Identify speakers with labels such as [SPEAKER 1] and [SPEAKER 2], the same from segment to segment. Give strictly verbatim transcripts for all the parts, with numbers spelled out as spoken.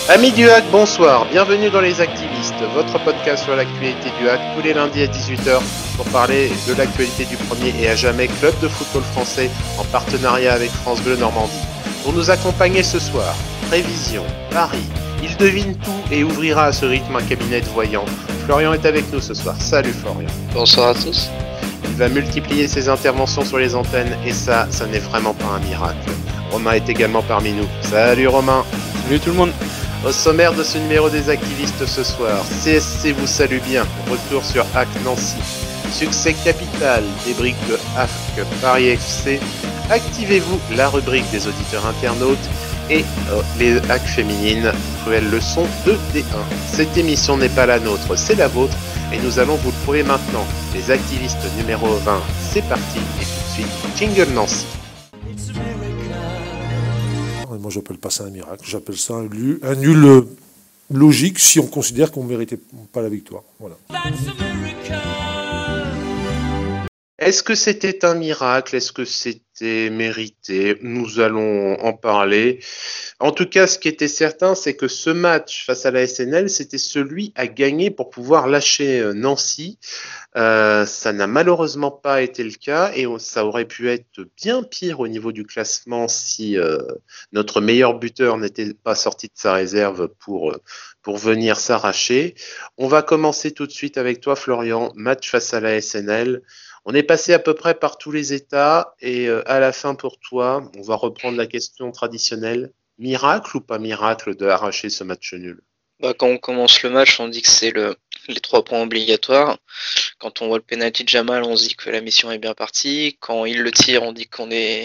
[SPEAKER 1] Amis du hack, bonsoir, bienvenue dans Les Activistes, votre podcast sur l'actualité du hack tous les lundis à dix-huit heures pour parler de l'actualité du premier et à jamais club de football français en partenariat avec France Bleu Normandie. Pour nous accompagner ce soir, prévision, paris, il devine tout et ouvrira à ce rythme un cabinet de voyants. Florian est avec nous ce soir, salut Florian.
[SPEAKER 2] Bonsoir à tous.
[SPEAKER 1] Il va multiplier ses interventions sur les antennes et ça, ça n'est vraiment pas un miracle. Romain est également parmi nous, salut Romain.
[SPEAKER 3] Salut tout le monde.
[SPEAKER 1] Au sommaire de ce numéro des activistes ce soir, C S C vous salue bien, retour sur Hack Nancy, succès capital des briques de Hack Paris F C, activez-vous la rubrique des auditeurs internautes et euh, les Hack féminines, cruelle leçon de D un. Cette émission n'est pas la nôtre, c'est la vôtre et nous allons vous le prouver maintenant. Les activistes numéro vingt, c'est parti et tout de suite, jingle Nancy.
[SPEAKER 4] Moi, j'appelle pas ça un miracle, j'appelle ça un, lu, un nul euh, logique si on considère qu'on ne méritait pas la victoire. Voilà.
[SPEAKER 1] Est-ce que c'était un miracle? Est-ce que c'était mérité? Nous allons en parler. En tout cas, ce qui était certain, c'est que ce match face à la S N L, c'était celui à gagner pour pouvoir lâcher Nancy. Euh, ça n'a malheureusement pas été le cas et ça aurait pu être bien pire au niveau du classement si euh, notre meilleur buteur n'était pas sorti de sa réserve pour, pour venir s'arracher. On va commencer tout de suite avec toi, Florian. Match face à la S N L. On est passé à peu près par tous les états et euh, à la fin pour toi, on va reprendre la question traditionnelle. Miracle ou pas miracle de arracher ce match nul?
[SPEAKER 2] Bah, quand on commence le match, on dit que c'est le, les trois points obligatoires. Quand on voit le penalty de Jamal, on se dit que la mission est bien partie. Quand il le tire, on dit qu'on est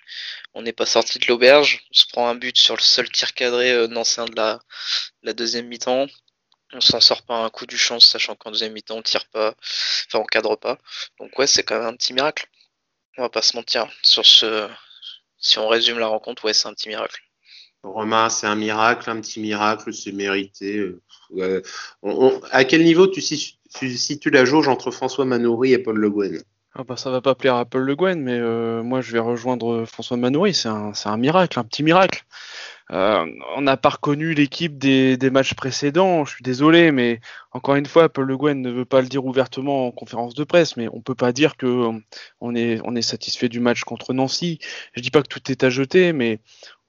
[SPEAKER 2] on n'est pas sorti de l'auberge. On se prend un but sur le seul tir cadré euh, nancéen de la, la deuxième mi-temps. On s'en sort pas un coup du chance, sachant qu'en deuxième mi-temps on tire pas, enfin on cadre pas. Donc ouais, c'est quand même un petit miracle. On va pas se mentir. Sur ce, si on résume la rencontre, ouais, c'est un petit miracle.
[SPEAKER 1] Romain, c'est un miracle, un petit miracle, c'est mérité. Euh, on, on, à quel niveau tu, tu situes la jauge entre François Manoury et Paul Le Guen?
[SPEAKER 3] Ah bah ça va pas plaire à Paul Le Guen, mais euh, moi je vais rejoindre François Manoury, c'est un, c'est un miracle, un petit miracle. Euh, on n'a pas reconnu l'équipe des, des matchs précédents, je suis désolé, mais encore une fois, Paul Le Guen ne veut pas le dire ouvertement en conférence de presse, mais on peut pas dire que on est, on est satisfait du match contre Nancy. Je dis pas que tout est à jeter, mais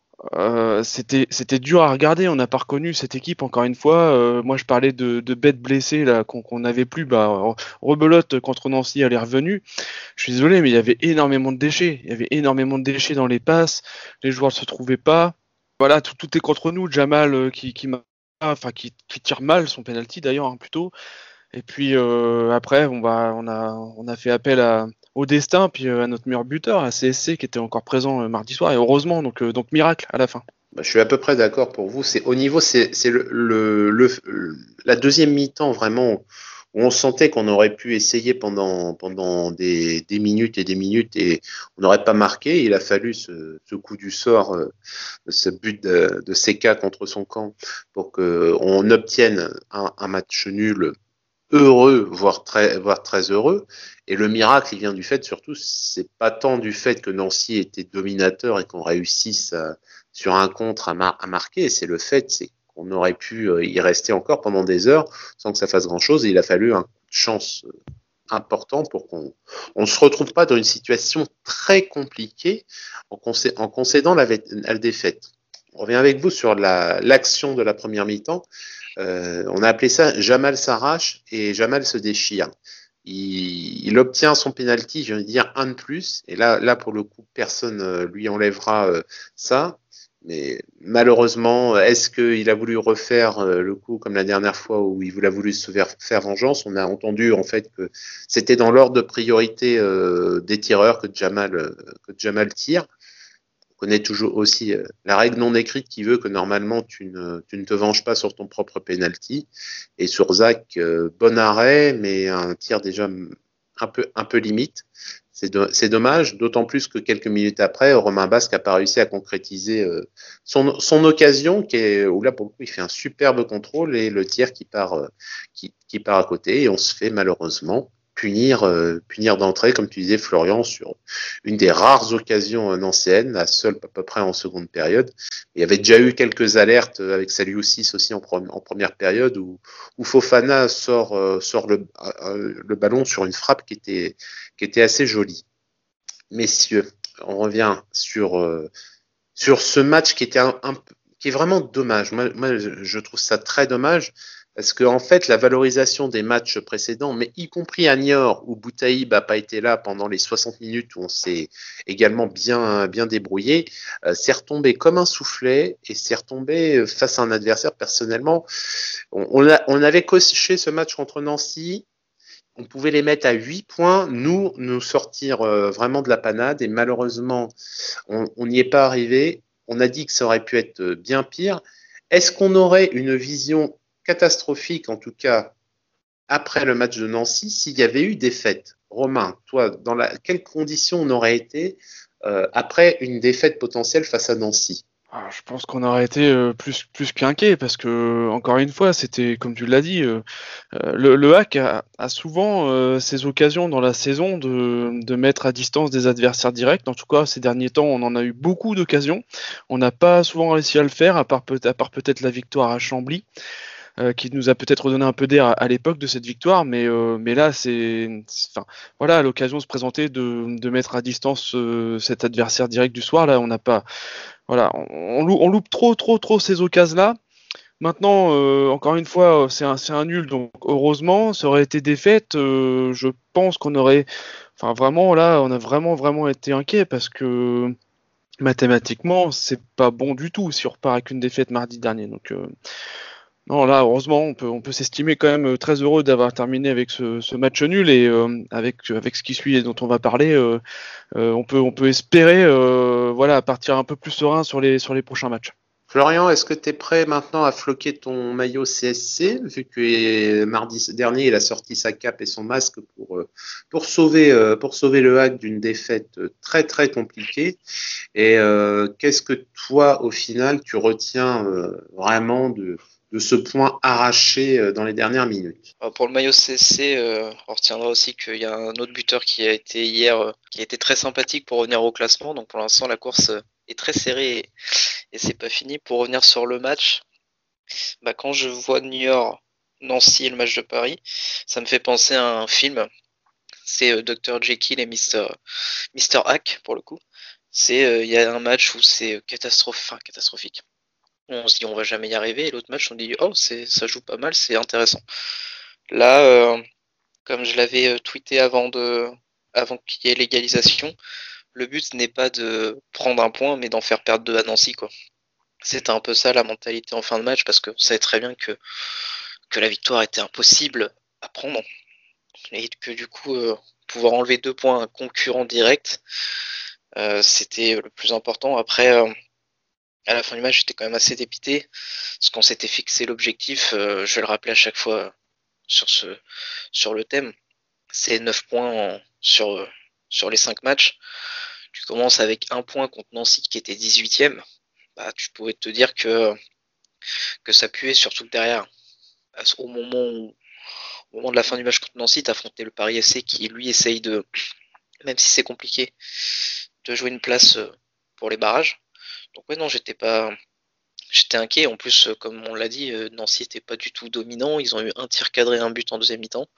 [SPEAKER 3] Euh, c'était c'était dur à regarder, on n'a pas reconnu cette équipe encore une fois. Euh, moi je parlais de, de bêtes blessées là qu'on qu'on n'avait plus. Bah, Rebelote contre Nancy, elle est revenue. Je suis désolé, mais il y avait énormément de déchets. Il y avait énormément de déchets dans les passes. Les joueurs ne se trouvaient pas. Voilà, tout, tout est contre nous. Jamal euh, qui qui, enfin, qui qui tire mal son penalty d'ailleurs hein, plutôt. Et puis euh, après on va on a on a fait appel à au destin, puis euh, à notre meilleur buteur, à C S C, qui était encore présent euh, mardi soir, et heureusement, donc, euh, donc miracle à la fin.
[SPEAKER 1] Bah, je suis à peu près d'accord pour vous. C'est au niveau, c'est, c'est le, le, le, la deuxième mi-temps vraiment où on sentait qu'on aurait pu essayer pendant pendant des, des minutes et des minutes et on n'aurait pas marqué. Il a fallu ce, ce coup du sort, euh, ce but de, de C K contre son camp pour qu'on obtienne un, un match nul heureux, voire très, voire très heureux. Et le miracle, il vient du fait, surtout, c'est pas tant du fait que Nancy était dominateur et qu'on réussisse à, sur un contre à, mar- à marquer, c'est le fait, c'est qu'on aurait pu euh, y rester encore pendant des heures sans que ça fasse grand chose. Et il a fallu un coup de chance euh, important pour qu'on on se retrouve pas dans une situation très compliquée en, concé- en concédant la, la défaite. On revient avec vous sur la, l'action de la première mi-temps. Euh, on a appelé ça Jamal s'arrache et Jamal se déchire. Il, il obtient son penalty, je veux dire un de plus. Et là, là pour le coup, personne euh, lui enlèvera euh, ça. Mais malheureusement, est-ce qu'il a voulu refaire euh, le coup comme la dernière fois où il a voulu se faire, faire vengeance? On a entendu en fait que c'était dans l'ordre de priorité euh, des tireurs que Jamal, euh, que Jamal tire. On connaît toujours aussi euh, la règle non écrite qui veut que normalement tu ne, tu ne te venges pas sur ton propre penalty. Et sur Zach, euh, bon arrêt, mais un tir déjà un peu, un peu limite. C'est, do- c'est dommage, d'autant plus que quelques minutes après, Romain Basque n'a pas réussi à concrétiser euh, son, son occasion, qui est, où là pour le coup il fait un superbe contrôle et le tir qui part, euh, qui, qui part à côté. Et on se fait malheureusement punir, euh, punir d'entrée, comme tu disais Florian, sur une des rares occasions nancéennes, la seule à peu près en seconde période. Il y avait déjà eu quelques alertes avec Saliou six aussi en, pre- en première période où, où Fofana sort, euh, sort le, euh, le ballon sur une frappe qui était, qui était assez jolie. Messieurs, on revient sur, euh, sur ce match qui était un, un, qui est vraiment dommage. Moi, moi, je trouve ça très dommage. Parce que en fait, la valorisation des matchs précédents, mais y compris à Niort, où Boutaïb n'a pas été là pendant les soixante minutes, où on s'est également bien, bien débrouillé, euh, s'est retombé comme un soufflet et s'est retombé face à un adversaire. Personnellement, on, on, a, on avait coché ce match contre Nancy. On pouvait les mettre à huit points, nous, nous sortir euh, vraiment de la panade. Et malheureusement, on n'y est pas arrivé. On a dit que ça aurait pu être bien pire. Est-ce qu'on aurait une vision catastrophique, en tout cas, après le match de Nancy, s'il y avait eu défaite? Romain, toi, dans la, quelles conditions on aurait été euh, après une défaite potentielle face à Nancy?
[SPEAKER 3] Ah, je pense qu'on aurait été euh, plus plus qu'inquiet parce que encore une fois, c'était comme tu l'as dit, euh, euh, le, le hack a, a souvent euh, ces occasions dans la saison de, de mettre à distance des adversaires directs. En tout cas, ces derniers temps, on en a eu beaucoup d'occasions. On n'a pas souvent réussi à le faire, à part peut à part peut-être la victoire à Chambly. Euh, qui nous a peut-être donné un peu d'air à, à l'époque de cette victoire, mais, euh, mais là, c'est, enfin, voilà, l'occasion de se présenter, de, de mettre à distance euh, cet adversaire direct du soir. Là, on n'a pas, voilà, on, on, loupe, on loupe trop, trop, trop ces occasions-là. Maintenant, euh, encore une fois, c'est un, c'est un nul, donc heureusement, ça aurait été défaite. Euh, je pense qu'on aurait, enfin, vraiment, là, on a vraiment, vraiment été inquiet parce que mathématiquement, c'est pas bon du tout si on repart avec une défaite mardi dernier. Donc, euh, non, là, heureusement, on peut, on peut s'estimer quand même très heureux d'avoir terminé avec ce, ce match nul et euh, avec, avec ce qui suit et dont on va parler, euh, euh, on, peut, on peut espérer euh, voilà, partir un peu plus serein sur les, sur les prochains matchs.
[SPEAKER 1] Florian, est-ce que tu es prêt maintenant à floquer ton maillot C S C, vu que mardi dernier, il a sorti sa cape et son masque pour, pour, sauver, pour sauver le hack d'une défaite très très compliquée? Et euh, qu'est-ce que toi, au final, tu retiens euh, vraiment de, de ce point arraché dans les dernières minutes?
[SPEAKER 2] Pour le maillot C S C, euh, on retiendra aussi qu'il y a un autre buteur qui a été hier, euh, qui a été très sympathique pour revenir au classement. Donc pour l'instant, la course est très serrée et, et c'est pas fini. Pour revenir sur le match, bah, quand je vois Niort, Nancy et le match de Paris, ça me fait penser à un film. C'est euh, docteur Jekyll et Mister Mister Hack pour le coup. C'est il euh, y a un match où c'est catastrophe, enfin, catastrophique. On se dit on va jamais y arriver et l'autre match on dit oh c'est ça joue pas mal, c'est intéressant. Là, euh, comme je l'avais euh, tweeté avant de avant qu'il y ait l'égalisation, le but n'est pas de prendre un point mais d'en faire perdre deux à Nancy quoi. C'était un peu ça la mentalité en fin de match parce qu'on savait très bien que que la victoire était impossible à prendre et que du coup euh, pouvoir enlever deux points à un concurrent direct, euh, c'était le plus important. Après, euh, à la fin du match, j'étais quand même assez dépité parce qu'on s'était fixé l'objectif. Euh, je vais le rappeler à chaque fois euh, sur ce sur le thème. C'est neuf points en, sur euh, sur les cinq matchs. Tu commences avec un point contre Nancy qui était dix-huitième. Bah, tu pouvais te dire que que ça puait, surtout que derrière, au moment où, au moment de la fin du match contre Nancy, t'as affronté le Paris F C qui lui essaye de, même si c'est compliqué, de jouer une place pour les barrages. Donc ouais non, j'étais pas, j'étais inquiet. En plus, comme on l'a dit, Nancy était pas du tout dominant. Ils ont eu un tir cadré, un but en deuxième mi-temps.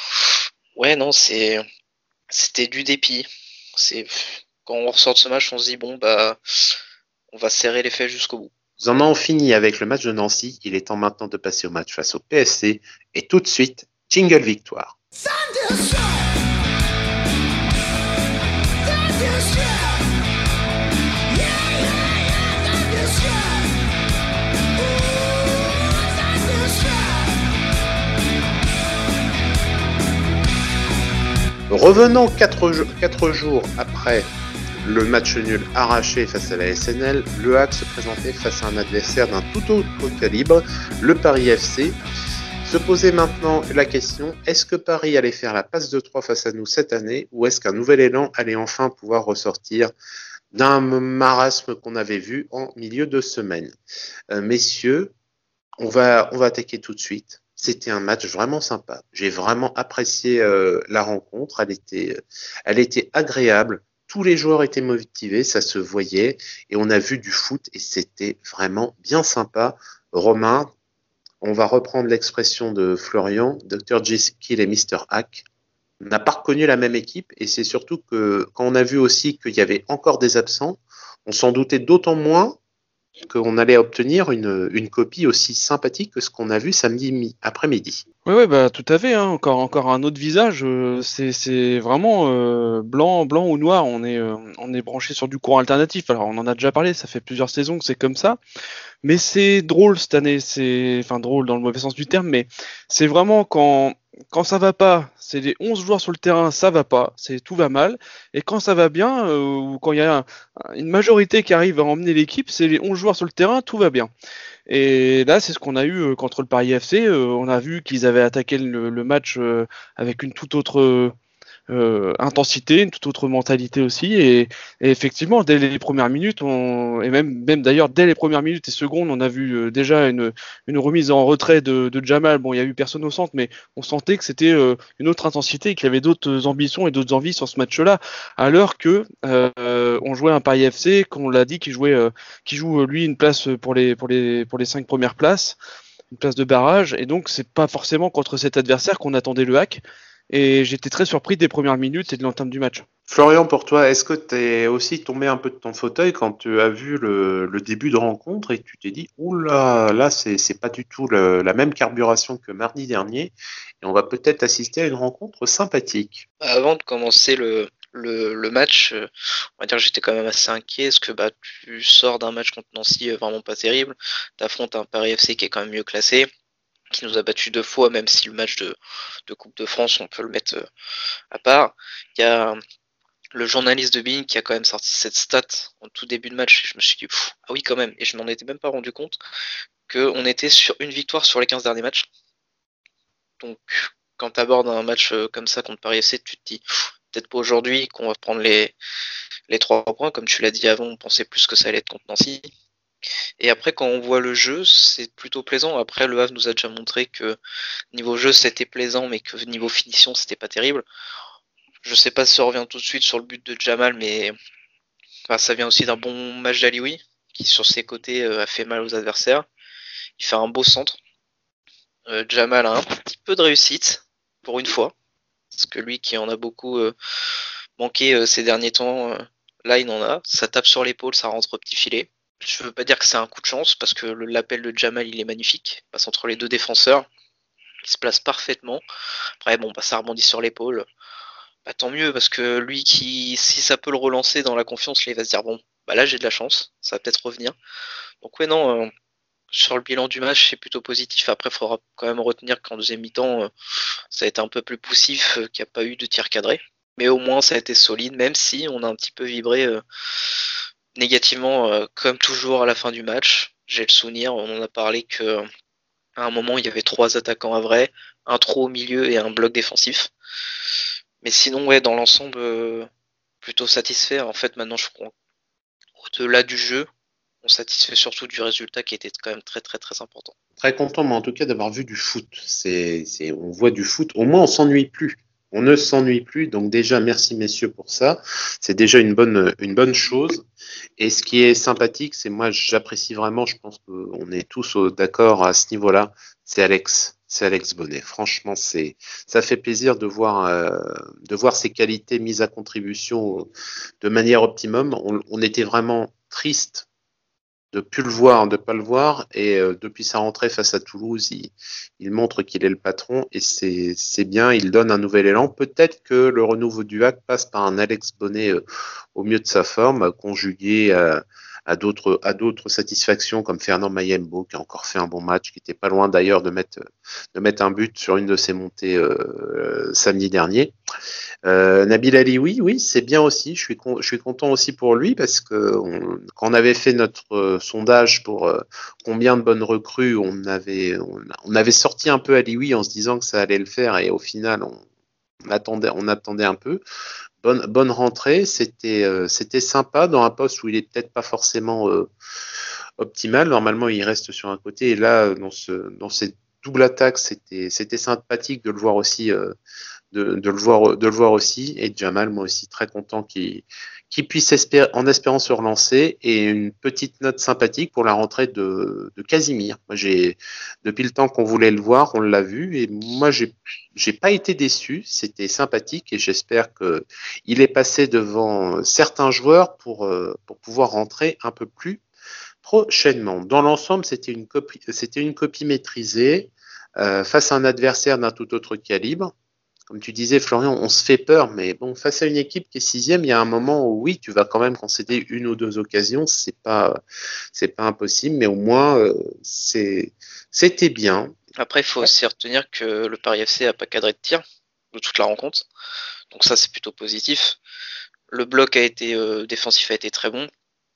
[SPEAKER 2] Ouais non, c'est, c'était du dépit. C'est quand on ressort de ce match, on se dit bon bah, on va serrer les fesses jusqu'au bout.
[SPEAKER 1] Nous en avons fini avec le match de Nancy. Il est temps maintenant de passer au match face au P S C. Et tout de suite, jingle victoire. Revenons quatre jours après le match nul arraché face à la S N L, le Hack se présentait face à un adversaire d'un tout autre calibre, le Paris F C. Se posait maintenant la question, est-ce que Paris allait faire la passe de trois face à nous cette année ou est-ce qu'un nouvel élan allait enfin pouvoir ressortir d'un marasme qu'on avait vu en milieu de semaine? euh, Messieurs, on va, on va attaquer tout de suite c'était un match vraiment sympa. J'ai vraiment apprécié euh, la rencontre. Elle était, elle était agréable. Tous les joueurs étaient motivés, ça se voyait. Et on a vu du foot et c'était vraiment bien sympa. Romain, on va reprendre l'expression de Florian, docteur Jekyll et mister Hyde. On n'a pas reconnu la même équipe et c'est surtout que quand on a vu aussi qu'il y avait encore des absents, on s'en doutait d'autant moins qu'on allait obtenir une, une copie aussi sympathique que ce qu'on a vu samedi mi- après-midi.
[SPEAKER 3] Oui, ouais, bah tout à fait. Hein. Encore, encore un autre visage. euh, c'est, c'est vraiment euh, blanc, blanc ou noir. On est, euh, on est branché sur du courant alternatif. Alors, on en a déjà parlé. Ça fait plusieurs saisons que c'est comme ça. Mais c'est drôle cette année. C'est, enfin drôle dans le mauvais sens du terme. Mais c'est vraiment quand, quand ça va pas. C'est les onze joueurs sur le terrain, ça va pas. C'est tout va mal. Et quand ça va bien, euh, ou quand il y a un- une majorité qui arrive à emmener l'équipe, c'est les onze joueurs sur le terrain, tout va bien. Et là, c'est ce qu'on a eu euh, contre le Paris F C. Euh, on a vu qu'ils avaient attaqué le, le match euh, avec une toute autre euh, intensité, une toute autre mentalité aussi. Et, et effectivement, dès les premières minutes, on, et même, même d'ailleurs dès les premières minutes et secondes, on a vu euh, déjà une, une remise en retrait de, de Jamal. Bon, il y a eu personne au centre, mais on sentait que c'était euh, une autre intensité et qu'il y avait d'autres ambitions et d'autres envies sur ce match-là. Alors que euh, on jouait un Paris F C, qu'on l'a dit, qui jouait, euh, qui joue lui une place pour les pour les pour les cinq premières places, une place de barrage. Et donc c'est pas forcément contre cet adversaire qu'on attendait le hack. Et j'étais très surpris des premières minutes et de l'entame du match.
[SPEAKER 1] Florian, pour toi, est-ce que tu es aussi tombé un peu de ton fauteuil quand tu as vu le, le début de rencontre et que tu t'es dit, oula, là, c'est, c'est pas du tout le- la même carburation que mardi dernier et on va peut-être assister à une rencontre sympathique.
[SPEAKER 2] Avant de commencer le, le, le match, euh, on va dire que j'étais quand même assez inquiet parce que bah, tu sors d'un match contre Nancy euh, vraiment pas terrible, t'affrontes un Paris F C qui est quand même mieux classé, qui nous a battu deux fois, même si le match de, de Coupe de France, on peut le mettre euh, à part. Il y a le journaliste de Bein qui a quand même sorti cette stat en tout début de match. Je me suis dit, pff, ah oui, quand même. Et je m'en étais même pas rendu compte qu'on était sur une victoire sur les quinze derniers matchs. Donc, quand tu abordes un match euh, comme ça contre Paris F C, tu te dis, pff, peut-être pas aujourd'hui qu'on va prendre les, les trois points. Comme tu l'as dit avant, on pensait plus que ça allait être contre Nancy. Et après, quand on voit le jeu, c'est plutôt plaisant. Après, le Havre nous a déjà montré que niveau jeu, c'était plaisant, mais que niveau finition, c'était pas terrible. Je sais pas si ça revient tout de suite sur le but de Jamal, mais enfin, ça vient aussi d'un bon match d'Alioui, qui sur ses côtés euh, a fait mal aux adversaires. Il fait un beau centre. Euh, Jamal a un petit peu de réussite, pour une fois. Parce que lui qui en a beaucoup euh, manqué euh, ces derniers temps, euh, là il en a. Ça tape sur l'épaule, ça rentre au petit filet. Je veux pas dire que c'est un coup de chance, parce que le, l'appel de Jamal il est magnifique. Il passe entre les deux défenseurs. Il se place parfaitement. Après, bon, bah, ça rebondit sur l'épaule. Bah, tant mieux, parce que lui, qui, si ça peut le relancer dans la confiance, là, il va se dire, bon, bah là, j'ai de la chance, ça va peut-être revenir. Donc, ouais, non, euh, sur le bilan du match, c'est plutôt positif. Après, il faudra quand même retenir qu'en deuxième mi-temps, euh, ça a été un peu plus poussif, euh, qu'il n'y a pas eu de tir cadré. Mais au moins, ça a été solide, même si on a un petit peu vibré euh, négativement, euh, comme toujours à la fin du match. J'ai le souvenir, on en a parlé que à un moment, il y avait trois attaquants à vrai, un trop au milieu et un bloc défensif. Mais sinon, ouais, dans l'ensemble, euh, plutôt satisfait. En fait, maintenant, je crois, au-delà du jeu, on satisfait surtout du résultat qui était quand même très, très, très important.
[SPEAKER 1] Très content, mais en tout cas, d'avoir vu du foot. C'est, c'est, on voit du foot. Au moins, on s'ennuie plus. On ne s'ennuie plus. Donc, déjà, merci, messieurs, pour ça. C'est déjà une bonne, une bonne chose. Et ce qui est sympathique, c'est moi, j'apprécie vraiment, je pense qu'on est tous d'accord à ce niveau-là, c'est Alex. C'est Alex Bonnet. Franchement, c'est, ça fait plaisir de voir, euh, de voir ses qualités mises à contribution de manière optimum. On, on était vraiment triste de plus le voir, de pas le voir, et euh, depuis sa rentrée face à Toulouse, il, il montre qu'il est le patron, et c'est, c'est bien, il donne un nouvel élan. Peut-être que le renouveau du H A C passe par un Alex Bonnet euh, au mieux de sa forme, conjugué à, à d'autres à d'autres satisfactions comme Fernand Mayembo qui a encore fait un bon match, qui était pas loin d'ailleurs de mettre de mettre un but sur une de ses montées euh, euh, samedi dernier. Euh, Nabil Ali, oui, oui, c'est bien aussi. Je suis, con, je suis content aussi pour lui parce que on, quand on avait fait notre euh, sondage pour euh, combien de bonnes recrues, on avait, on, on avait sorti un peu Alioui en se disant que ça allait le faire et au final, on, on attendait, on attendait un peu. Bonne, bonne rentrée, c'était, euh, c'était sympa dans un poste où il est peut-être pas forcément euh, optimal. Normalement, il reste sur un côté et là, dans ce, dans cette double attaque, c'était, c'était sympathique de le voir aussi, euh, de, de le voir, de le voir aussi. Et Jamal, moi aussi, très content qu'il, qu'il puisse espérer, en espérant se relancer. Et une petite note sympathique pour la rentrée de, de Casimir. Moi, j'ai, depuis le temps qu'on voulait le voir, on l'a vu. Et moi, j'ai, j'ai pas été déçu. C'était sympathique et j'espère que il est passé devant certains joueurs pour, euh, pour pouvoir rentrer un peu plus prochainement. Dans l'ensemble, c'était une copie, c'était une copie maîtrisée euh, face à un adversaire d'un tout autre calibre. Comme tu disais, Florian, on se fait peur, mais bon, face à une équipe qui est sixième, il y a un moment où oui, tu vas quand même concéder une ou deux occasions, c'est pas, c'est pas impossible, mais au moins, euh, c'est, c'était bien.
[SPEAKER 2] Après, il faut aussi retenir que le Paris F C a pas cadré de tir de toute la rencontre, donc ça c'est plutôt positif. Le bloc a été euh, défensif a été très bon.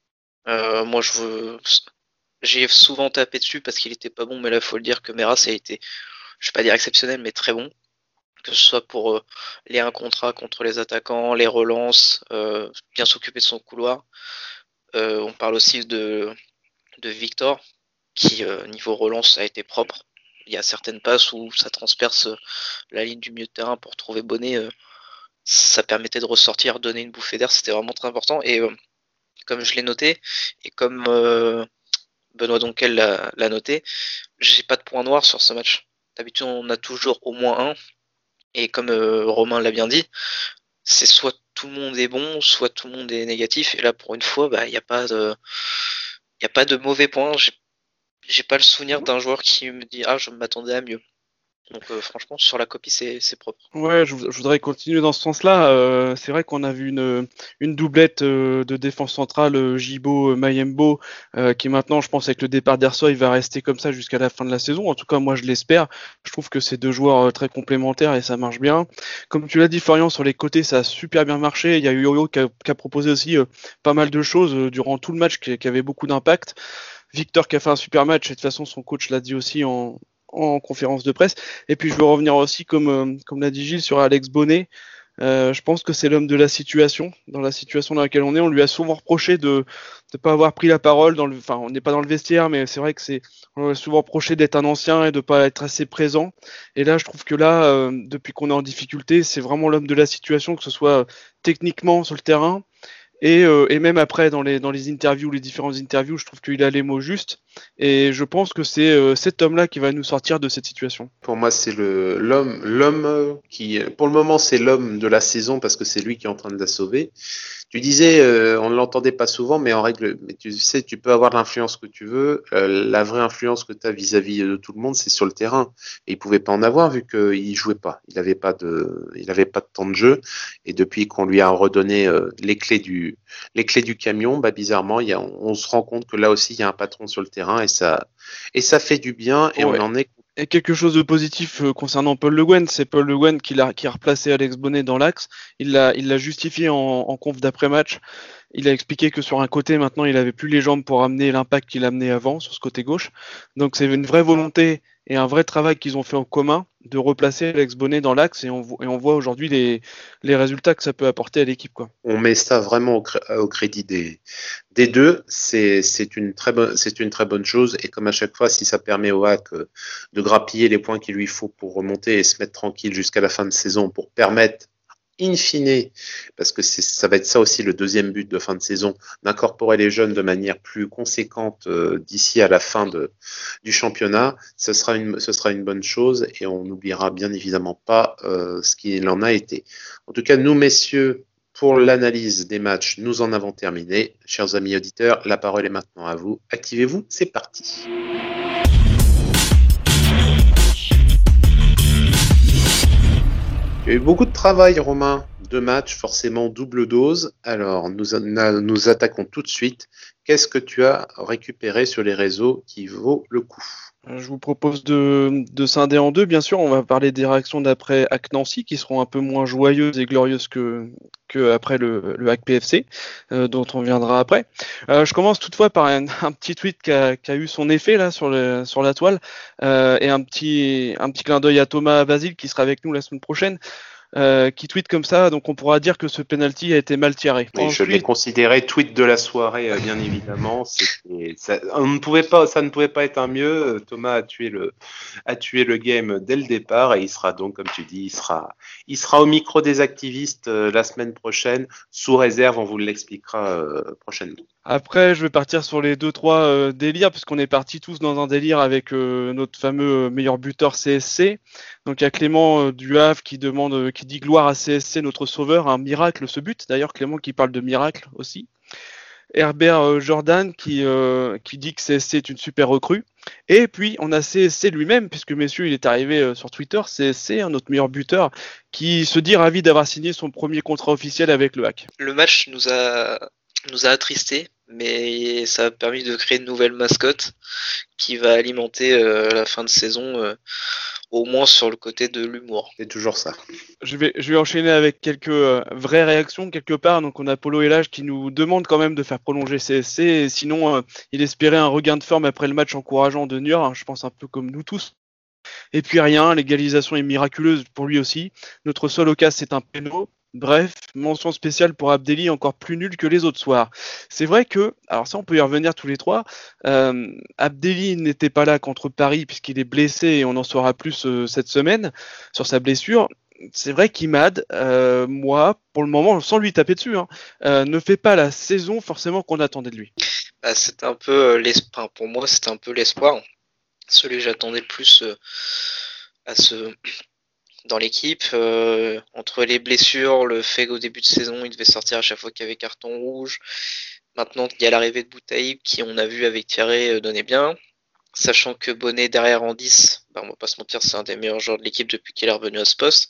[SPEAKER 2] Euh, moi, je veux, j'ai souvent tapé dessus parce qu'il était pas bon, mais là, faut le dire que Meras a été, je vais pas dire exceptionnel, mais très bon. Que ce soit pour euh, les un contre un contre les attaquants, les relances, euh, bien s'occuper de son couloir. Euh, on parle aussi de, de Victor, qui euh, niveau relance a été propre. Il y a certaines passes où ça transperce la ligne du milieu de terrain pour trouver Bonnet. Euh, ça permettait de ressortir, donner une bouffée d'air, c'était vraiment très important. Et euh, comme je l'ai noté, et comme euh, Benoît Donquel l'a, l'a noté, j'ai pas de point noir sur ce match. D'habitude, on a toujours au moins un. Et comme euh, Romain l'a bien dit, c'est soit tout le monde est bon, soit tout le monde est négatif. Et là, pour une fois, bah, il n'y a pas de, il y a pas de mauvais points. J'ai, j'ai pas le souvenir d'un joueur qui me dit ah, je m'attendais à mieux. Donc euh, franchement, sur la copie, c'est, c'est propre.
[SPEAKER 3] Ouais, je, je voudrais continuer dans ce sens-là. Euh, c'est vrai qu'on a vu une, une doublette euh, de défense centrale, euh, Gibo, Mayembo, euh, qui maintenant, je pense, avec le départ d'Ersoy, il va rester comme ça jusqu'à la fin de la saison. En tout cas, moi, je l'espère. Je trouve que c'est deux joueurs euh, très complémentaires et ça marche bien. Comme tu l'as dit, Florian, sur les côtés, ça a super bien marché. Il y a eu Yo-Yo qui a, qui a proposé aussi euh, pas mal de choses euh, durant tout le match qui, qui avait beaucoup d'impact. Victor qui a fait un super match et de toute façon, son coach l'a dit aussi en en conférence de presse. Et puis je veux revenir aussi, comme, euh, comme l'a dit Gilles, sur Alex Bonnet. Euh, je pense que c'est l'homme de la situation. Dans la situation dans laquelle on est, on lui a souvent reproché de ne pas avoir pris la parole. Dans le, enfin, on n'est pas dans le vestiaire, mais c'est vrai que c'est, on lui a souvent reproché d'être un ancien et de pas être assez présent. Et là, je trouve que là, euh, depuis qu'on est en difficulté, c'est vraiment l'homme de la situation, que ce soit techniquement sur le terrain. Et, euh, et même après, dans les, dans les interviews, les différentes interviews, je trouve qu'il a les mots justes. Et je pense que c'est euh, cet homme-là qui va nous sortir de cette situation.
[SPEAKER 1] Pour moi, c'est le, l'homme, l'homme qui, pour le moment, c'est l'homme de la saison parce que c'est lui qui est en train de la sauver. Tu disais, euh, on ne l'entendait pas souvent, mais en règle, mais tu sais, tu peux avoir l'influence que tu veux. Euh, la vraie influence que tu as vis-à-vis de tout le monde, c'est sur le terrain. Et il pouvait pas en avoir vu qu'il jouait pas. Il avait pas de, il avait pas de temps de jeu. Et depuis qu'on lui a redonné euh, les clés du, les clés du camion, bah bizarrement, il y a, on, on se rend compte que là aussi, il y a un patron sur le terrain et ça, et ça fait du bien. Et
[SPEAKER 3] Ouais.
[SPEAKER 1] on en est.
[SPEAKER 3] Et quelque chose de positif euh, concernant Paul Le Guen, c'est Paul Le Guen qui, l'a, qui a replacé Alex Bonnet dans l'axe. Il l'a, il l'a justifié en, en conf d'après-match. Il a expliqué que sur un côté, maintenant, il avait plus les jambes pour amener l'impact qu'il amenait avant sur ce côté gauche. Donc c'est une vraie volonté et un vrai travail qu'ils ont fait en commun de replacer Alex Bonnet dans l'axe et on, vo- et on voit aujourd'hui les, les résultats que ça peut apporter à l'équipe, quoi.
[SPEAKER 1] On met ça vraiment au, cré- au crédit des, des deux. C'est, c'est une très bonne, c'est une très bonne chose. Et comme à chaque fois, si ça permet au H A C de grappiller les points qu'il lui faut pour remonter et se mettre tranquille jusqu'à la fin de saison pour permettre in fine, parce que c'est, ça va être ça aussi le deuxième but de fin de saison, d'incorporer les jeunes de manière plus conséquente euh, d'ici à la fin de, du championnat, ce sera, une, ce sera une bonne chose et on n'oubliera bien évidemment pas euh, ce qu'il en a été. En tout cas, nous messieurs, pour l'analyse des matchs, nous en avons terminé. Chers amis auditeurs, la parole est maintenant à vous. Activez-vous, c'est parti. Il y a eu beaucoup de travail, Romain. Deux matchs, forcément double dose. Alors, nous, nous attaquons tout de suite. Qu'est-ce que tu as récupéré sur les réseaux qui vaut le coup ?
[SPEAKER 3] Je vous propose de, de scinder en deux, bien sûr. On va parler des réactions d'après H A C Nancy, qui seront un peu moins joyeuses et glorieuses que, que après le, le H A C P F C, euh, dont on viendra après. Euh, je commence toutefois par un, un petit tweet qui a, qui a eu son effet là sur, le, sur la toile, euh, et un petit, un petit clin d'œil à Thomas Basile qui sera avec nous la semaine prochaine. euh, qui tweet comme ça, donc on pourra dire que ce penalty a été mal tiré.
[SPEAKER 1] Oui, Ensuite... je l'ai considéré tweet de la soirée, euh, bien évidemment. Ça, on ne pouvait pas, ça ne pouvait pas être un mieux. Thomas a tué le, a tué le game dès le départ et il sera donc, comme tu dis, il sera, il sera au micro des activistes euh, la semaine prochaine, sous réserve, on vous l'expliquera euh, prochainement.
[SPEAKER 3] Après, je vais partir sur les deux trois euh, délires, puisqu'on est partis tous dans un délire avec euh, notre fameux meilleur buteur C S C. Donc il y a Clément euh, du Havre qui demande, euh, qui dit gloire à C S C, notre sauveur, un miracle ce but. D'ailleurs, Clément qui parle de miracle aussi. Herbert euh, Jordan qui, euh, qui dit que C S C est une super recrue. Et puis on a C S C lui-même, puisque messieurs, il est arrivé euh, sur Twitter, C S C, hein, notre meilleur buteur, qui se dit ravi d'avoir signé son premier contrat officiel avec le H A C.
[SPEAKER 2] Le match nous a nous a attristés, mais ça a permis de créer une nouvelle mascotte qui va alimenter euh, la fin de saison, euh, au moins sur le côté de l'humour.
[SPEAKER 1] C'est toujours ça.
[SPEAKER 3] Je vais, je vais enchaîner avec quelques euh, vraies réactions quelque part. Donc on a Polo Elage qui nous demande quand même de faire prolonger C S C, et sinon euh, il espérait un regain de forme après le match encourageant de Niort, hein, je pense un peu comme nous tous. Et puis rien, l'égalisation est miraculeuse pour lui aussi. Notre seul occasion c'est un péno. Bref, mention spéciale pour Abdelli, encore plus nul que les autres soirs. C'est vrai que, alors ça on peut y revenir tous les trois, euh, Abdelli n'était pas là contre Paris puisqu'il est blessé et on en saura plus euh, cette semaine sur sa blessure. C'est vrai qu'Imad, euh, moi, pour le moment, sans lui taper dessus, hein, euh, ne fait pas la saison forcément qu'on attendait de lui.
[SPEAKER 2] Bah, c'est un peu l'espoir, pour moi c'est un peu l'espoir, celui que j'attendais le plus euh, à ce... dans l'équipe, euh, entre les blessures, le fait qu'au début de saison, il devait sortir à chaque fois qu'il y avait carton rouge. Maintenant, il y a l'arrivée de Boutaïb, qui on a vu avec Thierry euh, donnait bien. Sachant que Bonnet derrière en dix, bah, on va pas se mentir, c'est un des meilleurs joueurs de l'équipe depuis qu'il est revenu à ce poste.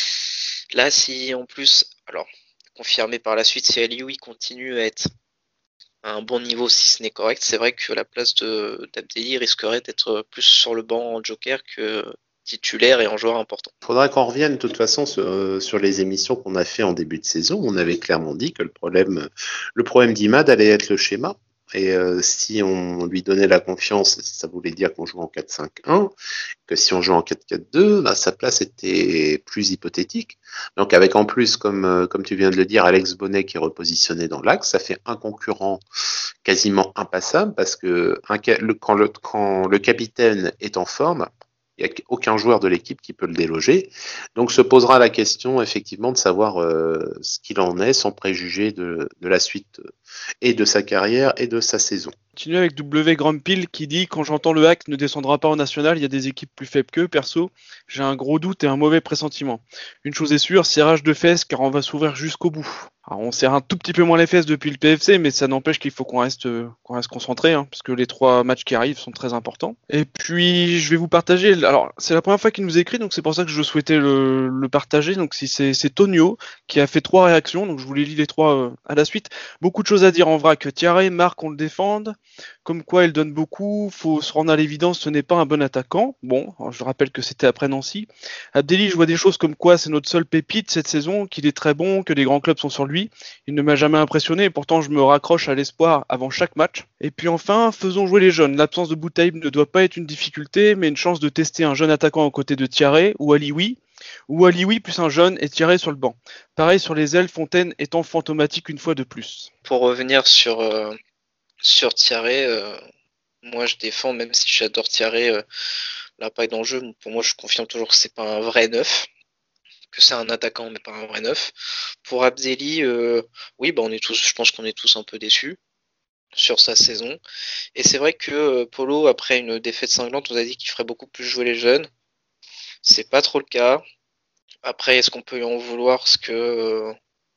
[SPEAKER 2] Là, si en plus, alors, confirmé par la suite, si Alioui continue à être à un bon niveau, si ce n'est correct, c'est vrai que la place de d'Abdelli risquerait d'être plus sur le banc en joker que titulaire et en joueur important.
[SPEAKER 1] Il faudra qu'on revienne de toute façon sur, euh, sur les émissions qu'on a fait en début de saison. On avait clairement dit que le problème, le problème d'Imad allait être le schéma. Et euh, si on lui donnait la confiance, ça voulait dire qu'on jouait en quatre cinq un, que si on jouait en quatre quatre deux, bah, sa place était plus hypothétique. Donc avec en plus, comme, euh, comme tu viens de le dire, Alex Bonnet qui est repositionné dans l'axe, ça fait un concurrent quasiment impassable parce que un, le, quand, le, quand le capitaine est en forme, il n'y a aucun joueur de l'équipe qui peut le déloger. Donc se posera la question effectivement de savoir euh, ce qu'il en est, sans préjuger de, de la suite et de sa carrière et de sa saison.
[SPEAKER 3] Continue avec W Grumpil qui dit « Quand j'entends le hack ne descendra pas en national, il y a des équipes plus faibles qu'eux. Perso, j'ai un gros doute et un mauvais pressentiment. Une chose est sûre, serrage de fesses car on va s'ouvrir jusqu'au bout. » Alors on serre un tout petit peu moins les fesses depuis le P F C, mais ça n'empêche qu'il faut qu'on reste, euh, qu'on reste concentré, hein, parce que les trois matchs qui arrivent sont très importants. Et puis je vais vous partager, alors c'est la première fois qu'il nous écrit, donc c'est pour ça que je souhaitais le, le partager. Donc si c'est, c'est Tonio qui a fait trois réactions, donc je vous les lis les trois euh, à la suite. Beaucoup de choses à dire en vrac. Thierry, Marc, on le défende. Comme quoi il donne beaucoup, faut se rendre à l'évidence, ce n'est pas un bon attaquant. Bon, je rappelle que c'était après Nancy. Abdelli, je vois des choses comme quoi c'est notre seule pépite cette saison, qu'il est très bon, que les grands clubs sont sur lui. Il ne m'a jamais impressionné et pourtant je me raccroche à l'espoir avant chaque match. Et puis enfin, faisons jouer les jeunes. L'absence de Boutaïb ne doit pas être une difficulté, mais une chance de tester un jeune attaquant aux côtés de Thierry ou Alioui. Ou Alioui plus un jeune et Thierry sur le banc. Pareil sur les ailes, Fontaine étant fantomatique une fois de plus.
[SPEAKER 2] Pour revenir sur... Euh... Sur Thierry, euh, moi je défends, même si j'adore Thierry, euh, l'impact dans le jeu, pour moi je confirme toujours que c'est pas un vrai neuf, que c'est un attaquant mais pas un vrai neuf. Pour Abdelli, euh, oui, bah on est tous, je pense qu'on est tous un peu déçus sur sa saison. Et c'est vrai que euh, Polo, après une défaite cinglante, on a dit qu'il ferait beaucoup plus jouer les jeunes. C'est pas trop le cas. Après, est-ce qu'on peut lui en vouloir parce que euh,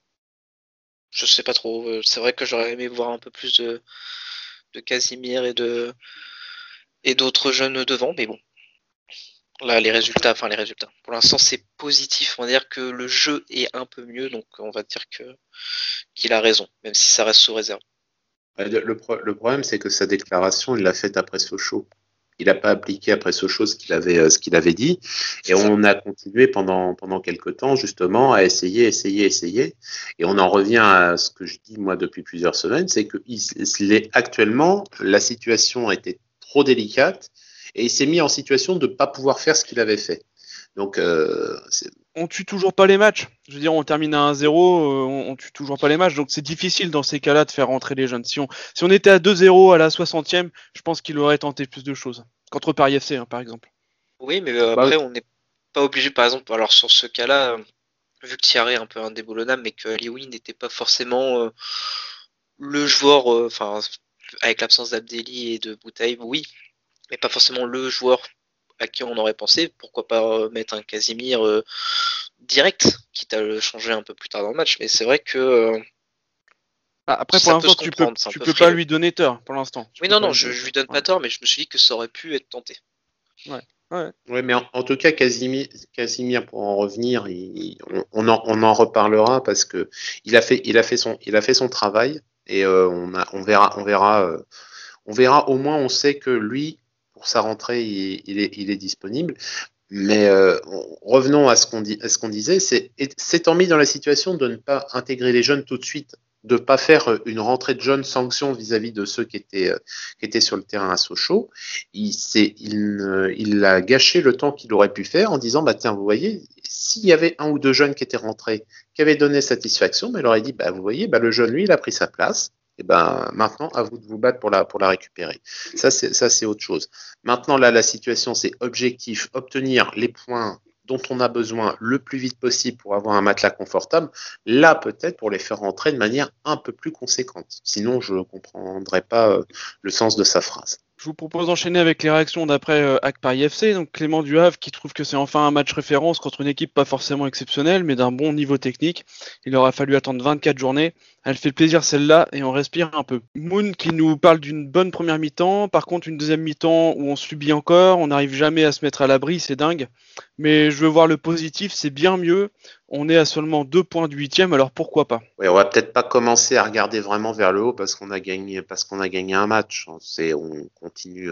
[SPEAKER 2] je sais pas trop. C'est vrai que j'aurais aimé voir un peu plus de, de Casimir et de et d'autres jeunes devant, mais bon. Là, les résultats, enfin les résultats. Pour l'instant, c'est positif. On va dire que le jeu est un peu mieux, donc on va dire que qu'il a raison, même si ça reste sous réserve.
[SPEAKER 1] Le, pro- le problème, c'est que sa déclaration, il l'a faite après Sochaux. Il n'a pas appliqué après Sochaux ce qu'il avait, euh, ce qu'il avait dit. Et on a continué pendant, pendant quelques temps, justement, à essayer, essayer, essayer. Et on en revient à ce que je dis, moi, depuis plusieurs semaines, c'est que il, il est, actuellement, la situation était trop délicate et il s'est mis en situation de ne pas pouvoir faire ce qu'il avait fait. Donc, euh, c'est...
[SPEAKER 3] on tue toujours pas les matchs. Je veux dire, on termine à un zéro, euh, on, on tue toujours pas les matchs. Donc c'est difficile dans ces cas-là de faire rentrer les jeunes. Si on, si on était à deux zéro à la soixantième, je pense qu'il aurait tenté plus de choses. Contre Paris F C, hein, par exemple.
[SPEAKER 2] Oui, mais euh, après, bah, on n'est pas obligé, par exemple, alors sur ce cas-là, euh, vu que Thierry est un peu indéboulonnable, mais que Lioui n'était pas forcément euh, le joueur, enfin, euh, avec l'absence d'Abdelli et de Boutaïb, oui, mais pas forcément le joueur à qui on aurait pensé. Pourquoi pas euh, mettre un Casimir euh, direct, quitte à le changer un peu plus tard dans le match. Mais c'est vrai que euh,
[SPEAKER 3] ah, après, pour l'instant, tu peux, tu peux pas lui donner tort, pour l'instant.
[SPEAKER 2] Oui, non, non, je, je lui donne pas ouais. tort, mais je me suis dit que ça aurait pu être tenté.
[SPEAKER 3] Ouais. Ouais.
[SPEAKER 1] Ouais, mais en, en tout cas, Casimir, Casimir, pour en revenir, il, on, on, en, on en reparlera parce que il a fait, il a fait son, il a fait son travail et euh, on, a, on verra, on verra, euh, on verra. Au moins, on sait que lui, pour sa rentrée, il, il est, il est disponible. Mais euh, revenons à ce qu'on dit, à ce qu'on disait, c'est s'étant mis dans la situation de ne pas intégrer les jeunes tout de suite, de ne pas faire une rentrée de jeunes sanction vis-à-vis de ceux qui étaient, euh, qui étaient sur le terrain à Sochaux, il, il, il a gâché le temps qu'il aurait pu faire en disant, bah tiens, vous voyez, s'il y avait un ou deux jeunes qui étaient rentrés, qui avaient donné satisfaction, mais il aurait dit, bah vous voyez, bah le jeune, lui, il a pris sa place. Et ben maintenant, à vous de vous battre pour la, pour la récupérer. Ça, c'est, ça, c'est autre chose. Maintenant, là, la situation, c'est objectif, obtenir les points dont on a besoin le plus vite possible pour avoir un matelas confortable. Là, peut-être pour les faire rentrer de manière un peu plus conséquente. Sinon, je ne comprendrais pas euh, le sens de sa phrase.
[SPEAKER 3] Je vous propose d'enchaîner avec les réactions d'après euh, A C Paris F C. Donc Clément Duhave qui trouve que c'est enfin un match référence contre une équipe pas forcément exceptionnelle, mais d'un bon niveau technique. Il aura fallu attendre vingt-quatre journées. Elle fait plaisir celle-là et on respire un peu. Moon qui nous parle d'une bonne première mi-temps, par contre une deuxième mi-temps où on subit encore, on n'arrive jamais à se mettre à l'abri, c'est dingue. Mais je veux voir le positif, c'est bien mieux. On est à seulement deux points du huitième, alors pourquoi pas?
[SPEAKER 1] Oui, on va peut-être pas commencer à regarder vraiment vers le haut parce qu'on a gagné, parce qu'on a gagné un match. C'est, on continue.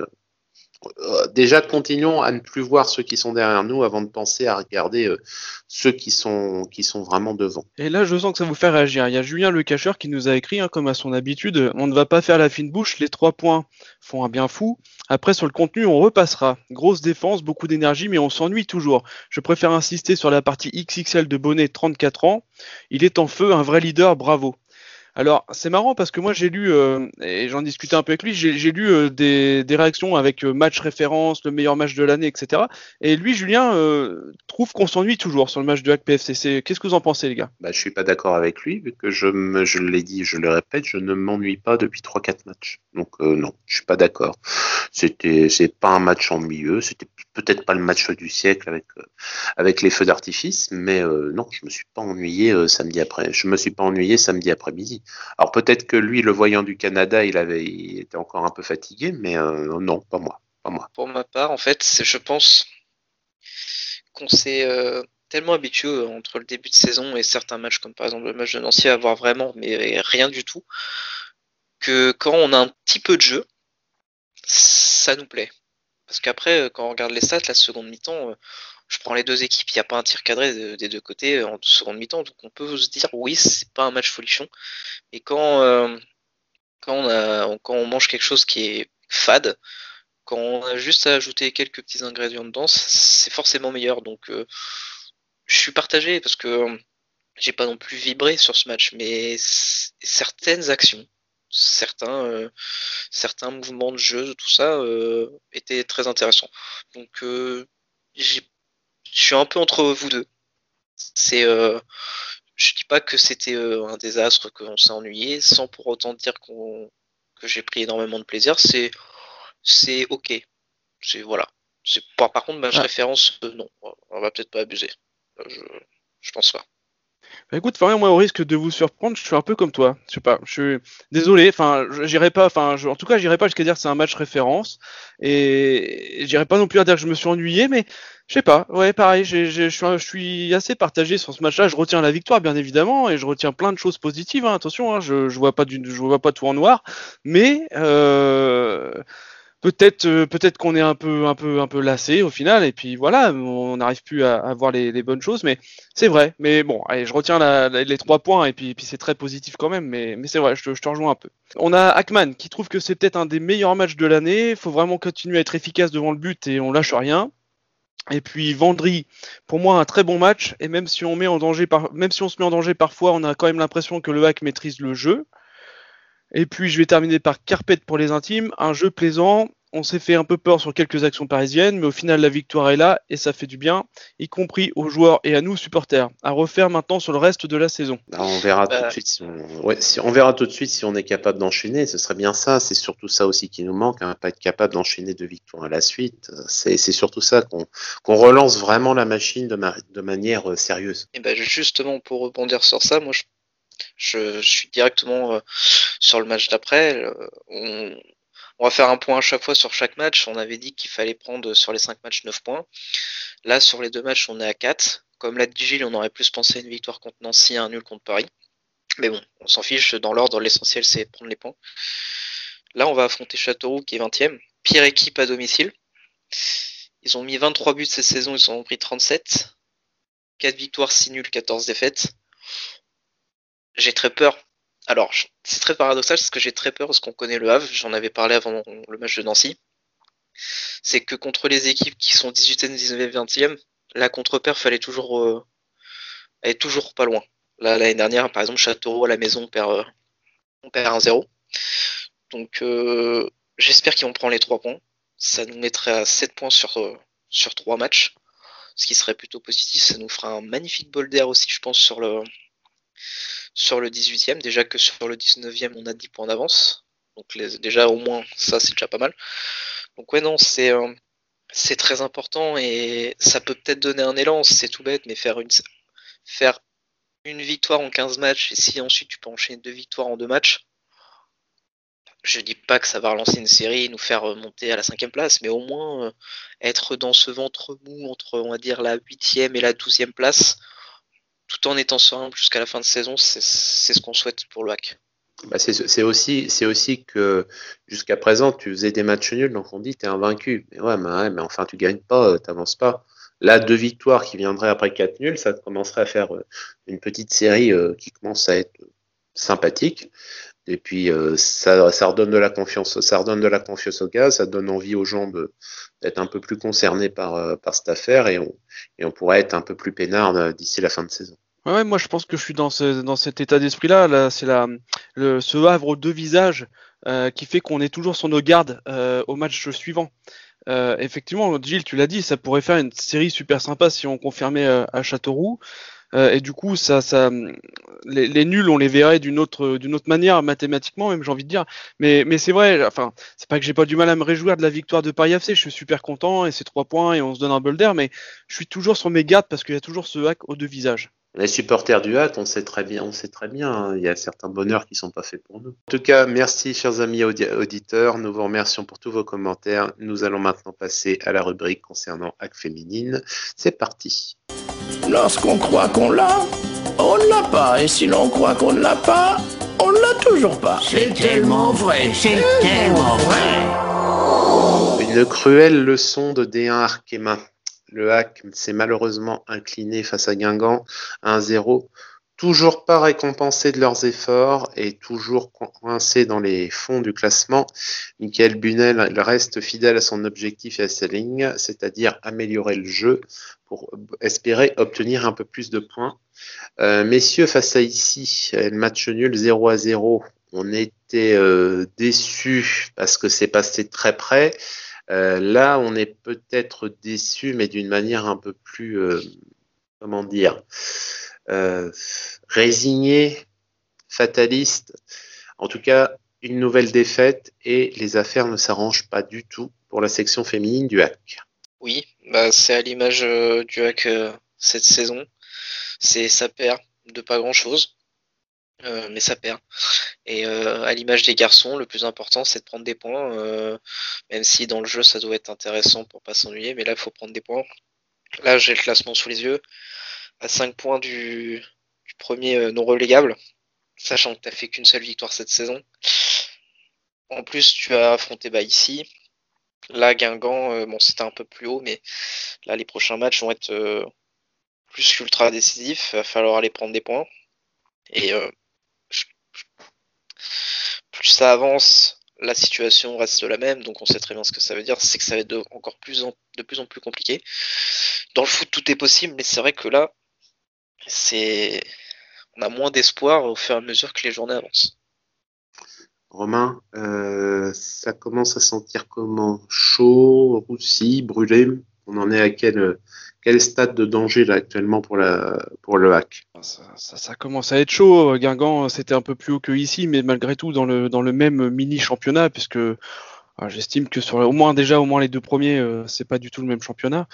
[SPEAKER 1] Euh, déjà, continuons à ne plus voir ceux qui sont derrière nous avant de penser à regarder euh, ceux qui sont, qui sont vraiment devant.
[SPEAKER 3] Et là, je sens que ça vous fait réagir. Il y a Julien Le Cacheur qui nous a écrit, hein, comme à son habitude, on ne va pas faire la fine bouche, les trois points font un bien fou. Après, sur le contenu, on repassera. Grosse défense, beaucoup d'énergie, mais on s'ennuie toujours. Je préfère insister sur la partie X X L de Bonnet, trente-quatre ans. Il est en feu, un vrai leader, bravo. Alors, c'est marrant parce que moi, j'ai lu, euh, et j'en discutais un peu avec lui, j'ai, j'ai lu euh, des, des réactions avec euh, match référence, le meilleur match de l'année, et cetera. Et lui, Julien, euh, trouve qu'on s'ennuie toujours sur le match de A C P F C C. Qu'est-ce que vous en pensez, les gars?
[SPEAKER 1] Bah, je suis pas d'accord avec lui, vu que je, me, je l'ai dit, je le répète, je ne m'ennuie pas depuis trois quatre matchs. Donc euh, non, je suis pas d'accord. C'était, c'est pas un match ennuyeux, c'était peut-être pas le match du siècle avec euh, avec les feux d'artifice, mais euh, non, je me suis pas ennuyé euh, samedi après. Je me suis pas ennuyé samedi après-midi. Alors peut-être que lui, le voyant du Canada, il avait, il était encore un peu fatigué, mais euh, non, pas moi, pas moi.
[SPEAKER 2] Pour ma part, en fait, c'est, je pense qu'on s'est euh, tellement habitué entre le début de saison et certains matchs, comme par exemple le match de Nancy, à avoir vraiment, mais rien du tout, que quand on a un petit peu de jeu, ça nous plaît. Parce qu'après, quand on regarde les stats, la seconde mi-temps, je prends les deux équipes, il n'y a pas un tir cadré des deux côtés en seconde mi-temps, donc on peut se dire oui, c'est pas un match folichon. Et quand, euh, quand, on a, quand on mange quelque chose qui est fade, quand on a juste à ajouter quelques petits ingrédients dedans, c'est forcément meilleur. Donc euh, je suis partagé parce que j'ai pas non plus vibré sur ce match, mais certaines actions, certains, euh, certains mouvements de jeu, tout ça euh, étaient très intéressants. Donc euh, j'ai, je suis un peu entre vous deux. C'est, euh, je dis pas que c'était euh, un désastre, qu'on s'est ennuyé, sans pour autant dire qu'on, que j'ai pris énormément de plaisir. C'est, c'est ok. C'est voilà. C'est par, par contre match ah. référence, euh, non, on va peut-être pas abuser. Je, je pense pas.
[SPEAKER 3] Bah écoute, Fabien, moi au risque de vous surprendre, je suis un peu comme toi. Je sais pas, je suis désolé. Enfin, j'irai pas. Enfin, je... en tout cas, j'irai pas jusqu'à dire que c'est un match référence, et j'irai pas non plus à dire que je me suis ennuyé, mais je sais pas. Ouais, pareil. J'ai, j'ai, je suis, je suis assez partagé sur ce match-là. Je retiens la victoire, bien évidemment, et je retiens plein de choses positives. Hein. Attention, hein, je, je vois pas du, je vois pas tout en noir, mais euh... Peut-être, euh, peut-être qu'on est un peu, un peu, un peu lassé au final, et puis voilà, on n'arrive plus à, à voir les, les bonnes choses, mais c'est vrai. Mais bon, allez, je retiens la, la, les trois points, et puis, et puis c'est très positif quand même, mais, mais c'est vrai, je te, je te rejoins un peu. On a Hackman qui trouve que c'est peut-être un des meilleurs matchs de l'année. Il faut vraiment continuer à être efficace devant le but et on lâche rien. Et puis Vendry, pour moi un très bon match, et même si on met en danger par... même si on se met en danger parfois, on a quand même l'impression que le Hack maîtrise le jeu. Et puis je vais terminer par Carpette pour les intimes, un jeu plaisant. On s'est fait un peu peur sur quelques actions parisiennes, mais au final la victoire est là et ça fait du bien, y compris aux joueurs et à nous supporters. À refaire maintenant sur le reste de la saison.
[SPEAKER 1] Bah, on verra
[SPEAKER 2] Bah,
[SPEAKER 1] tout de suite si on, ouais, si, on verra tout de suite si on est capable d'enchaîner. Ce serait bien ça. C'est surtout ça aussi qui nous manque, hein, pas être capable d'enchaîner deux victoires à la suite. C'est, c'est surtout ça qu'on, qu'on relance vraiment la machine de, ma, de manière euh, sérieuse.
[SPEAKER 2] Et ben justement pour rebondir sur ça, moi je, je, je suis directement euh, sur le match d'après. Euh, on, on va faire un point à chaque fois sur chaque match. On avait dit qu'il fallait prendre sur les cinq matchs neuf points. Là sur les deux matchs on est à quatre. Comme l'a dit Gilles, on aurait plus pensé à une victoire contre Nancy et un nul contre Paris. Mais bon, on s'en fiche, dans l'ordre, l'essentiel c'est prendre les points. Là on va affronter Châteauroux qui est vingtième. Pire équipe à domicile. Ils ont mis vingt-trois buts cette saison, ils en ont pris trente-sept. quatre victoires, six nuls, quatorze défaites. J'ai très peur. Alors, c'est très paradoxal parce que j'ai très peur parce qu'on connaît le Havre, j'en avais parlé avant le match de Nancy. C'est que contre les équipes qui sont dix-huitième, dix-neuvième, vingtième, la contre-perf fallait toujours, euh, elle est toujours pas loin. Là, l'année dernière, par exemple, Châteauroux à la maison, on perd, euh, on perd un zéro. Donc, euh, j'espère qu'ils vont prendre les trois points. Ça nous mettrait à sept points sur, euh, sur trois matchs. Ce qui serait plutôt positif, ça nous fera un magnifique bol d'air aussi, je pense, sur le, sur le dix-huitième. Déjà que sur le dix-neuvième, on a dix points d'avance. Donc les, déjà au moins, ça c'est déjà pas mal. Donc ouais, non, c'est, euh, c'est très important et ça peut peut-être donner un élan, c'est tout bête, mais faire une, faire une victoire en quinze matchs et si ensuite tu peux enchaîner deux victoires en deux matchs, je dis pas que ça va relancer une série, nous faire monter à la cinquième place, mais au moins euh, être dans ce ventre mou entre, on va dire, la huitième et la douzième place, tout en étant simple jusqu'à la fin de saison, c'est, c'est ce qu'on souhaite pour le Hack.
[SPEAKER 1] Bah c'est, c'est aussi, c'est aussi que jusqu'à présent, tu faisais des matchs nuls, donc on dit t'es invaincu. Mais ouais, mais, ouais, mais enfin, tu gagnes pas, t'avances pas. Là, deux victoires qui viendraient après quatre nuls, ça commencerait à faire une petite série euh, qui commence à être sympathique. Et puis euh, ça, ça redonne de la confiance, ça redonne de la confiance au gars, ça donne envie aux gens de, d'être un peu plus concernés par, euh, par cette affaire et on, et on pourrait être un peu plus peinard euh, d'ici la fin de saison.
[SPEAKER 3] Ouais, ouais, moi je pense que je suis dans, ce, dans cet état d'esprit-là. Là, c'est la, le, ce havre aux deux visages euh, qui fait qu'on est toujours sur nos gardes euh, au match suivant. Euh, effectivement, Gilles, tu l'as dit, ça pourrait faire une série super sympa si on confirmait euh, à Châteauroux. Euh, et du coup, ça, ça, les, les nuls, on les verrait d'une autre, d'une autre manière, mathématiquement, même j'ai envie de dire. Mais, mais c'est vrai. Enfin, c'est pas que j'ai pas du mal à me réjouir de la victoire de Paris F C. Je suis super content et c'est trois points et on se donne un bol d'air. Mais je suis toujours sur mes gardes parce qu'il y a toujours ce hack aux deux visages.
[SPEAKER 1] Les supporters du Hack, on sait très bien, on sait très bien, hein, il y a certains bonheurs qui sont pas faits pour nous. En tout cas, merci chers amis audi- auditeurs, nous vous remercions pour tous vos commentaires. Nous allons maintenant passer à la rubrique concernant Hack féminine. C'est parti.
[SPEAKER 5] Lorsqu'on croit qu'on l'a, on ne l'a pas. Et si l'on croit qu'on ne l'a pas, on ne l'a toujours pas.
[SPEAKER 6] C'est tellement vrai, c'est tellement vrai.
[SPEAKER 1] Une cruelle leçon de D un Arkema. Le Hack s'est malheureusement incliné face à Guingamp à un zéro. Toujours pas récompensé de leurs efforts et toujours coincé dans les fonds du classement. Michael Bunel reste fidèle à son objectif et à sa ligne, c'est-à-dire améliorer le jeu pour espérer obtenir un peu plus de points. Euh, messieurs, face à ici, le match nul zéro à zéro, on était euh, déçus parce que c'est passé très près. Euh, là, on est peut-être déçu, mais d'une manière un peu plus, euh, comment dire, euh, résigné, fataliste. En tout cas, une nouvelle défaite et les affaires ne s'arrangent pas du tout pour la section féminine du Hack.
[SPEAKER 2] Oui, bah c'est à l'image euh, du Hack euh, cette saison. C'est ça perd de pas grand-chose, euh, mais ça perd. Et euh, à l'image des garçons, le plus important c'est de prendre des points, euh, même si dans le jeu ça doit être intéressant pour pas s'ennuyer, mais là il faut prendre des points. Là j'ai le classement sous les yeux, à cinq points du, du premier euh, non relégable, sachant que t'as fait qu'une seule victoire cette saison. En plus tu as affronté bah, ici. Là Guingamp, euh, bon c'était un peu plus haut, mais là les prochains matchs vont être euh, plus ultra décisifs, il va falloir aller prendre des points. Et euh, plus ça avance, la situation reste la même, donc on sait très bien ce que ça veut dire, c'est que ça va être de, encore plus en, de plus en plus compliqué. Dans le foot, tout est possible, mais c'est vrai que là, c'est, on a moins d'espoir au fur et à mesure que les journées avancent.
[SPEAKER 1] Romain, euh, ça commence à sentir comment? Chaud, roussi, brûlé? On en est à quel, quel stade de danger là actuellement pour, la, pour le hack?
[SPEAKER 3] Ça, ça, ça commence à être chaud. Guingamp, c'était un peu plus haut que ici, mais malgré tout dans le, dans le même mini championnat, puisque alors, j'estime que sur au moins déjà au moins les deux premiers, euh, c'est pas du tout le même championnat.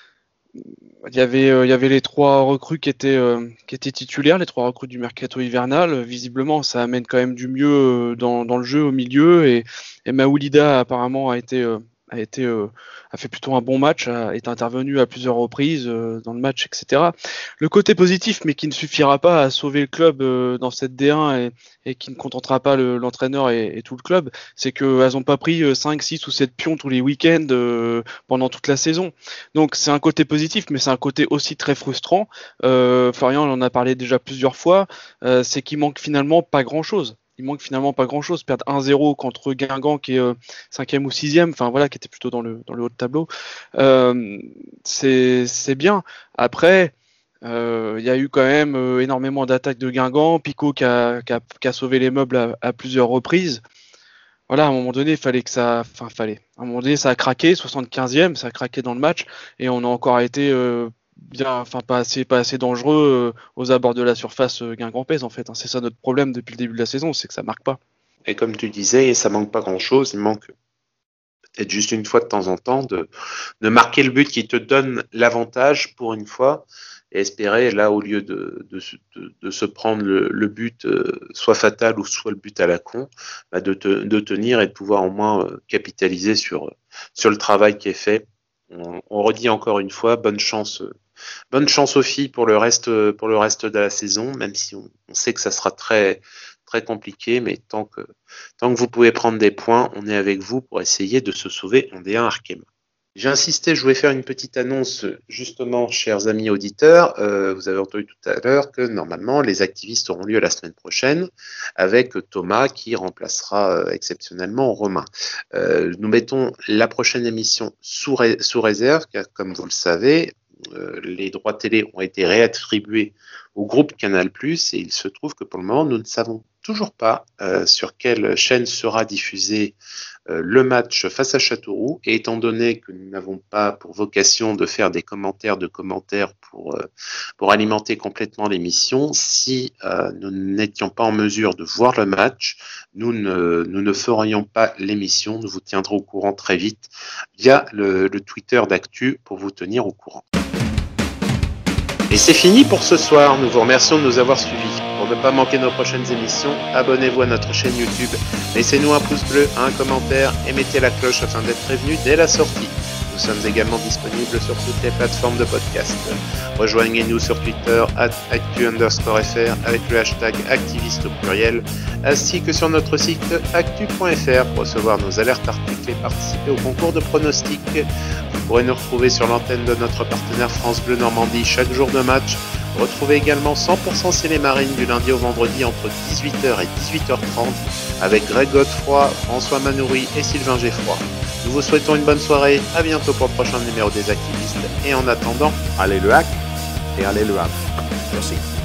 [SPEAKER 3] Il y avait, euh, il y avait les trois recrues qui étaient, euh, qui étaient titulaires, les trois recrues du mercato hivernal. Visiblement, ça amène quand même du mieux dans, dans le jeu au milieu. Et, et Maoulida apparemment a été, euh, a été, euh, a fait plutôt un bon match, a, est intervenu à plusieurs reprises euh, dans le match, et cetera. Le côté positif, mais qui ne suffira pas à sauver le club euh, dans cette D un et, et qui ne contentera pas le, l'entraîneur et, et tout le club, c'est qu'elles n'ont pas pris cinq, six ou sept pions tous les week-ends euh, pendant toute la saison. Donc c'est un côté positif, mais c'est un côté aussi très frustrant. Euh, Florian en a parlé déjà plusieurs fois, euh, c'est qu'il manque finalement pas grand-chose. Il manque finalement pas grand-chose. Perdre un zéro contre Guingamp qui est euh, cinquième ou sixième, enfin voilà, qui était plutôt dans le dans le haut de tableau. Euh, c'est c'est bien. Après, il euh, y a eu quand même euh, énormément d'attaques de Guingamp. Pico qui a, qui a, qui a sauvé les meubles à, à plusieurs reprises. Voilà, à un moment donné, il fallait que ça, enfin fallait. À un moment donné, ça a craqué, soixante-quinzième, ça a craqué dans le match, et on a encore été euh, bien, enfin pas assez, pas assez dangereux euh, aux abords de la surface euh, guingampaise en fait. Hein. C'est ça notre problème depuis le début de la saison, c'est que ça marque pas.
[SPEAKER 1] Et comme tu disais, ça manque pas grand-chose, il manque peut-être juste une fois de temps en temps de, de marquer le but qui te donne l'avantage pour une fois. Et espérer, là, au lieu de, de, de, de se prendre le, le but euh, soit fatal ou soit le but à la con, bah de, te, de tenir et de pouvoir au moins euh, capitaliser sur, sur le travail qui est fait. On, on redit encore une fois, bonne chance, euh, bonne chance aux filles pour le reste, pour le reste de la saison, même si on, on sait que ça sera très, très compliqué, mais tant que, tant que vous pouvez prendre des points, on est avec vous pour essayer de se sauver en D un Arkema. J'ai insisté, je voulais faire une petite annonce justement, chers amis auditeurs. Euh, vous avez entendu tout à l'heure que normalement les activistes auront lieu la semaine prochaine avec Thomas qui remplacera euh, exceptionnellement Romain. Euh, nous mettons la prochaine émission sous, ré- sous réserve car comme vous le savez, euh, les droits télé ont été réattribués au groupe Canal plus, et il se trouve que pour le moment nous ne savons toujours pas euh, sur quelle chaîne sera diffusé euh, le match face à Châteauroux, et étant donné que nous n'avons pas pour vocation de faire des commentaires de commentaires pour, euh, pour alimenter complètement l'émission, si euh, nous n'étions pas en mesure de voir le match, nous ne, nous ne ferions pas l'émission, nous vous tiendrons au courant très vite via le, le Twitter d'Actu pour vous tenir au courant. Et c'est fini pour ce soir, nous vous remercions de nous avoir suivis. Pour ne pas manquer nos prochaines émissions, abonnez-vous à notre chaîne YouTube, laissez-nous un pouce bleu, un commentaire et mettez la cloche afin d'être prévenu dès la sortie. Nous sommes également disponibles sur toutes les plateformes de podcast. Rejoignez-nous sur Twitter, arobase actu underscore fr avec le hashtag activiste au pluriel, ainsi que sur notre site actu point fr pour recevoir nos alertes articles et participer au concours de pronostics. Vous pourrez nous retrouver sur l'antenne de notre partenaire France Bleu Normandie chaque jour de match. Retrouvez également cent pour cent Célémarine du lundi au vendredi entre dix-huit heures et dix-huit heures trente avec Greg Godefroy, François Manoury et Sylvain Geffroy. Nous vous souhaitons une bonne soirée, à bientôt pour le prochain numéro des activistes, et en attendant, allez le hack et allez le hack. Merci.